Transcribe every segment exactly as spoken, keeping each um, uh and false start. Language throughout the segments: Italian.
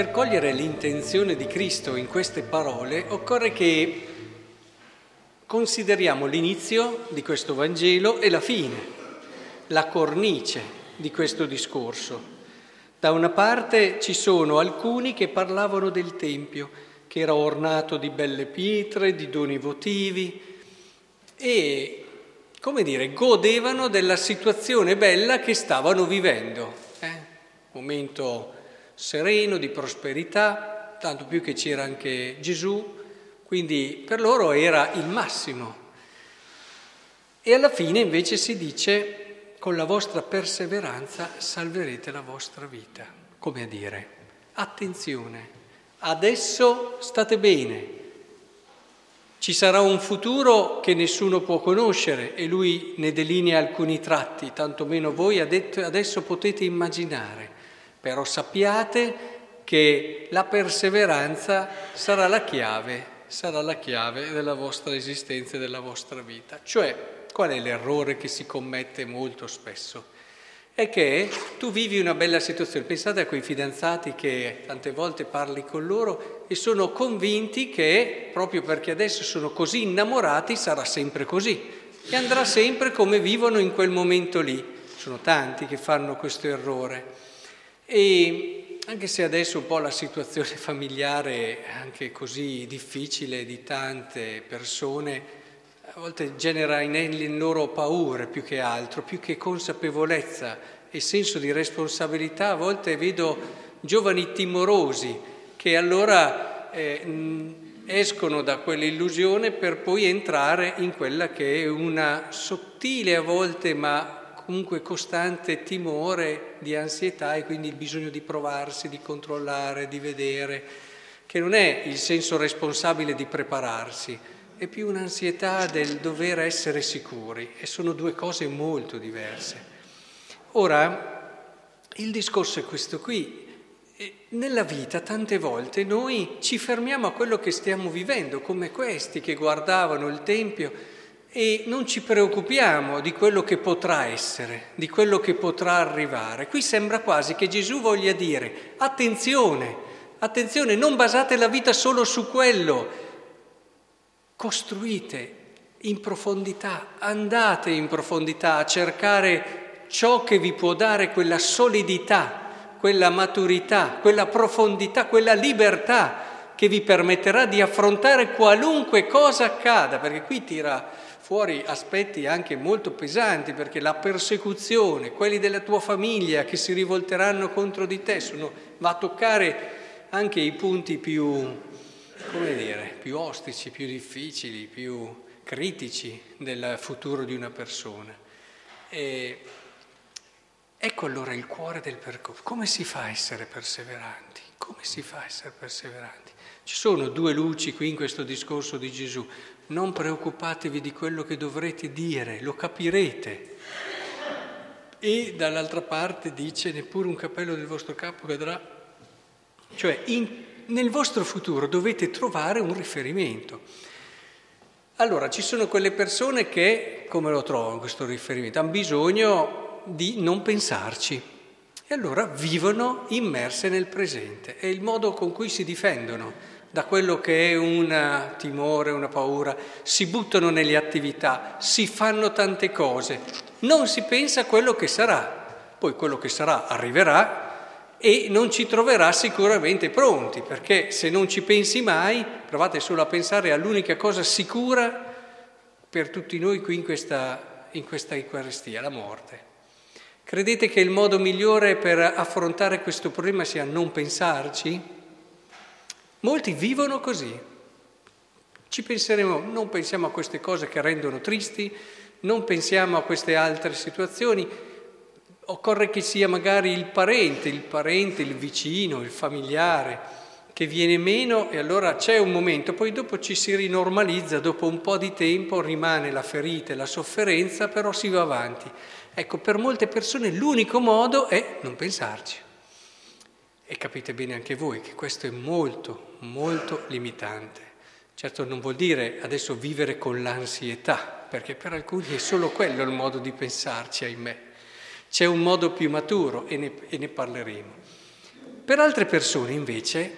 Per cogliere l'intenzione di Cristo in queste parole occorre che consideriamo l'inizio di questo Vangelo e la fine, la cornice di questo discorso. Da una parte ci sono alcuni che parlavano del Tempio, che era ornato di belle pietre, di doni votivi e, come dire, godevano della situazione bella che stavano vivendo. Eh? Momento sereno, di prosperità, tanto più che c'era anche Gesù, quindi per loro era il massimo. E alla fine invece si dice: con la vostra perseveranza salverete la vostra vita. Come a dire, attenzione, adesso state bene, ci sarà un futuro che nessuno può conoscere e lui ne delinea alcuni tratti, tantomeno voi adesso potete immaginare. Però sappiate che la perseveranza sarà la chiave, sarà la chiave della vostra esistenza e della vostra vita. Cioè, qual è l'errore che si commette molto spesso? È che tu vivi una bella situazione. Pensate a quei fidanzati che tante volte parli con loro e sono convinti che, proprio perché adesso sono così innamorati, sarà sempre così e andrà sempre come vivono in quel momento lì. Sono tanti che fanno questo errore. E anche se adesso un po' la situazione familiare è anche così difficile di tante persone, a volte genera in loro paure più che altro, più che consapevolezza e senso di responsabilità. A volte vedo giovani timorosi che allora eh, escono da quell'illusione per poi entrare in quella che è una sottile a volte ma comunque costante timore di ansietà e quindi il bisogno di provarsi, di controllare, di vedere, che non è il senso responsabile di prepararsi, è più un'ansietà del dover essere sicuri e sono due cose molto diverse. Ora, il discorso è questo qui. Nella vita tante volte noi ci fermiamo a quello che stiamo vivendo, come questi che guardavano il Tempio, e non ci preoccupiamo di quello che potrà essere, di quello che potrà arrivare. Qui sembra quasi che Gesù voglia dire: attenzione, attenzione, non basate la vita solo su quello, costruite in profondità, andate in profondità a cercare ciò che vi può dare quella solidità, quella maturità, quella profondità, quella libertà che vi permetterà di affrontare qualunque cosa accada, perché qui tira fuori aspetti anche molto pesanti, perché la persecuzione, quelli della tua famiglia che si rivolteranno contro di te, sono, va a toccare anche i punti più, come dire, più ostici, più difficili, più critici del futuro di una persona. E ecco allora il cuore del percorso. Come si fa a essere perseveranti? Come si fa a essere perseveranti? Ci sono due luci qui in questo discorso di Gesù. Non preoccupatevi di quello che dovrete dire, lo capirete. E dall'altra parte dice: neppure un capello del vostro capo cadrà. Cioè, in, nel vostro futuro dovete trovare un riferimento. Allora, ci sono quelle persone che, come lo trovano questo riferimento? Hanno bisogno di non pensarci. E allora vivono immerse nel presente. È il modo con cui si difendono da quello che è un timore, una paura, si buttano nelle attività, si fanno tante cose, non si pensa a quello che sarà, poi quello che sarà arriverà e non ci troverà sicuramente pronti, perché se non ci pensi mai, provate solo a pensare all'unica cosa sicura per tutti noi qui in questa, in questa Eucaristia, la morte. Credete che il modo migliore per affrontare questo problema sia non pensarci? Molti vivono così, ci penseremo, non pensiamo a queste cose che rendono tristi, non pensiamo a queste altre situazioni, occorre che sia magari il parente, il parente, il vicino, il familiare che viene meno e allora c'è un momento, poi dopo ci si rinormalizza, dopo un po' di tempo rimane la ferita e la sofferenza, però si va avanti. Ecco, per molte persone l'unico modo è non pensarci. E capite bene anche voi che questo è molto, molto limitante. Certo non vuol dire adesso vivere con l'ansietà, perché per alcuni è solo quello il modo di pensarci, ahimè. C'è un modo più maturo e ne, e ne parleremo. Per altre persone invece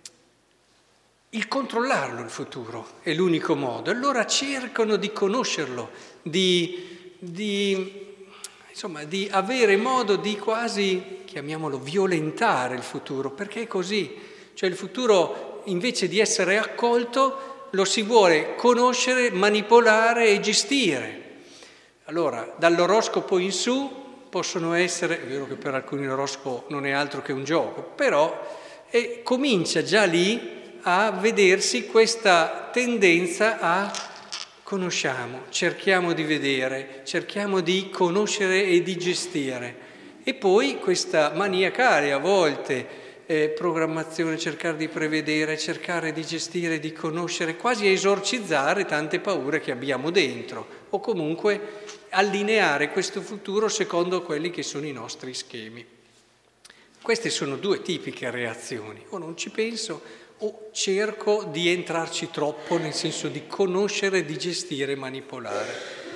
il controllarlo il futuro è l'unico modo, allora cercano di conoscerlo, di, di, insomma, di avere modo di quasi, chiamiamolo, violentare il futuro, perché è così, cioè il futuro invece di essere accolto lo si vuole conoscere, manipolare e gestire. Allora, dall'oroscopo in su possono essere, è vero che per alcuni l'oroscopo non è altro che un gioco, però e comincia già lì a vedersi questa tendenza a conosciamo, cerchiamo di vedere, cerchiamo di conoscere e di gestire. E poi questa maniacale a volte eh, programmazione, cercare di prevedere, cercare di gestire, di conoscere, quasi a esorcizzare tante paure che abbiamo dentro, o comunque allineare questo futuro secondo quelli che sono i nostri schemi. Queste sono due tipiche reazioni, o non ci penso o cerco di entrarci troppo, nel senso di conoscere, di gestire e manipolare.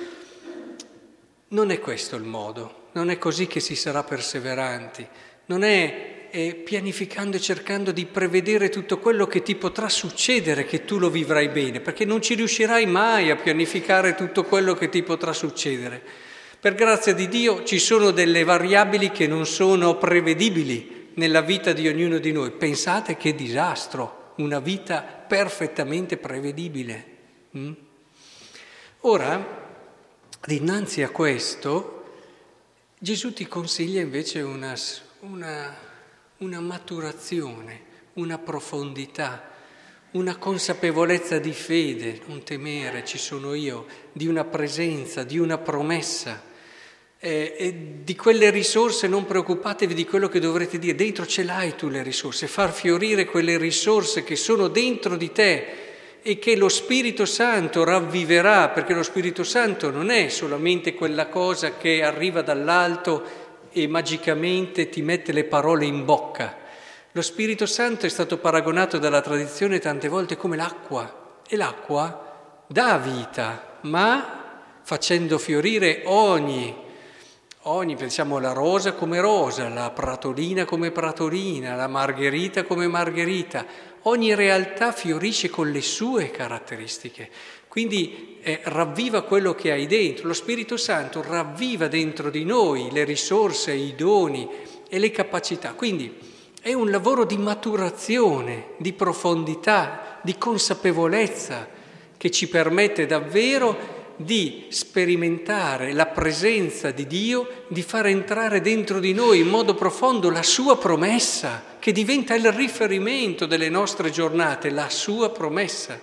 Non è questo il modo, non è così che si sarà perseveranti, non è, è pianificando e cercando di prevedere tutto quello che ti potrà succedere che tu lo vivrai bene, perché non ci riuscirai mai a pianificare tutto quello che ti potrà succedere. Per grazia di Dio ci sono delle variabili che non sono prevedibili nella vita di ognuno di noi. Pensate che disastro, una vita perfettamente prevedibile. Mm? Ora, dinanzi a questo, Gesù ti consiglia invece una, una, una maturazione, una profondità, una consapevolezza di fede, non temere, ci sono io, di una presenza, di una promessa. Eh, e di quelle risorse non preoccupatevi di quello che dovrete dire, dentro ce l'hai tu le risorse, far fiorire quelle risorse che sono dentro di te e che lo Spirito Santo ravviverà, perché lo Spirito Santo non è solamente quella cosa che arriva dall'alto e magicamente ti mette le parole in bocca. Lo Spirito Santo è stato paragonato dalla tradizione tante volte come l'acqua, e l'acqua dà vita, ma facendo fiorire ogni Ogni, pensiamo alla rosa come rosa, la pratolina come pratolina, la margherita come margherita. Ogni realtà fiorisce con le sue caratteristiche. Quindi eh, ravviva quello che hai dentro. Lo Spirito Santo ravviva dentro di noi le risorse, i doni e le capacità. Quindi è un lavoro di maturazione, di profondità, di consapevolezza che ci permette davvero di sperimentare la presenza di Dio, di far entrare dentro di noi in modo profondo la sua promessa, che diventa il riferimento delle nostre giornate, la sua promessa.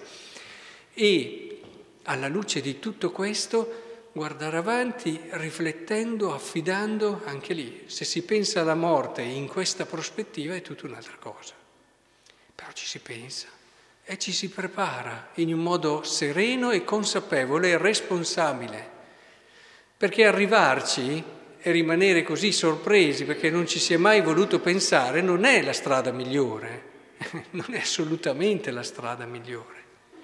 E alla luce di tutto questo guardare avanti, riflettendo, affidando, anche lì, se si pensa alla morte in questa prospettiva è tutta un'altra cosa. Però ci si pensa. E ci si prepara in un modo sereno e consapevole e responsabile, perché arrivarci e rimanere così sorpresi perché non ci si è mai voluto pensare non è la strada migliore, non è assolutamente la strada migliore.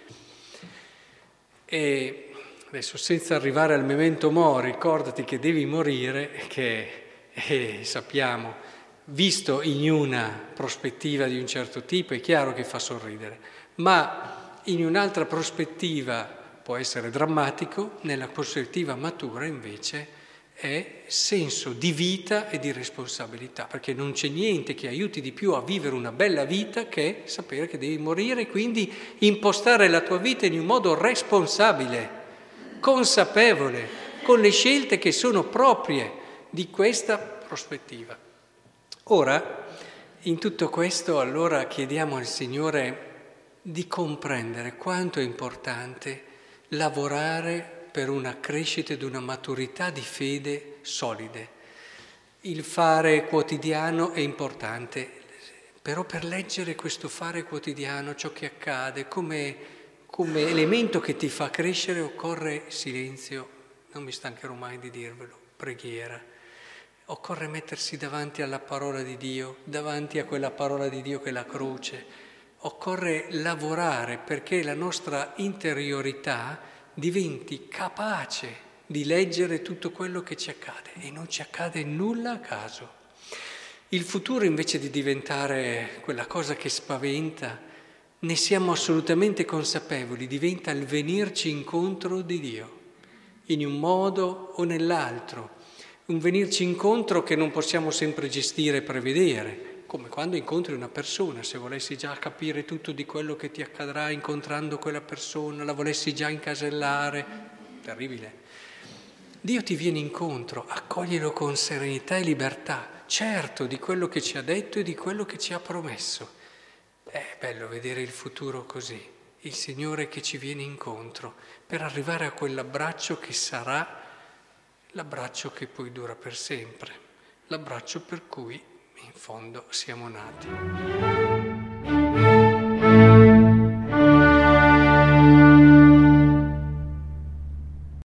E adesso, senza arrivare al memento mori, ricordati che devi morire, che eh, sappiamo, visto in una prospettiva di un certo tipo, è chiaro che fa sorridere. Ma in un'altra prospettiva può essere drammatico, nella prospettiva matura invece è senso di vita e di responsabilità, perché non c'è niente che aiuti di più a vivere una bella vita che sapere che devi morire e quindi impostare la tua vita in un modo responsabile, consapevole, con le scelte che sono proprie di questa prospettiva. Ora, in tutto questo, allora chiediamo al Signore di comprendere quanto è importante lavorare per una crescita ed una maturità di fede solide. Il fare quotidiano è importante, però per leggere questo fare quotidiano, ciò che accade, come, come elemento che ti fa crescere, occorre silenzio, non mi stancherò mai di dirvelo, preghiera. Occorre mettersi davanti alla parola di Dio, davanti a quella parola di Dio che è la croce. Occorre lavorare perché la nostra interiorità diventi capace di leggere tutto quello che ci accade e non ci accade nulla a caso. Il futuro, invece di diventare quella cosa che spaventa, ne siamo assolutamente consapevoli, diventa il venirci incontro di Dio, in un modo o nell'altro. Un venirci incontro che non possiamo sempre gestire e prevedere, come quando incontri una persona, se volessi già capire tutto di quello che ti accadrà incontrando quella persona, la volessi già incasellare, terribile. Dio ti viene incontro, accoglielo con serenità e libertà, certo di quello che ci ha detto e di quello che ci ha promesso. È bello vedere il futuro così, il Signore che ci viene incontro per arrivare a quell'abbraccio che sarà l'abbraccio che poi dura per sempre, l'abbraccio per cui in fondo siamo nati.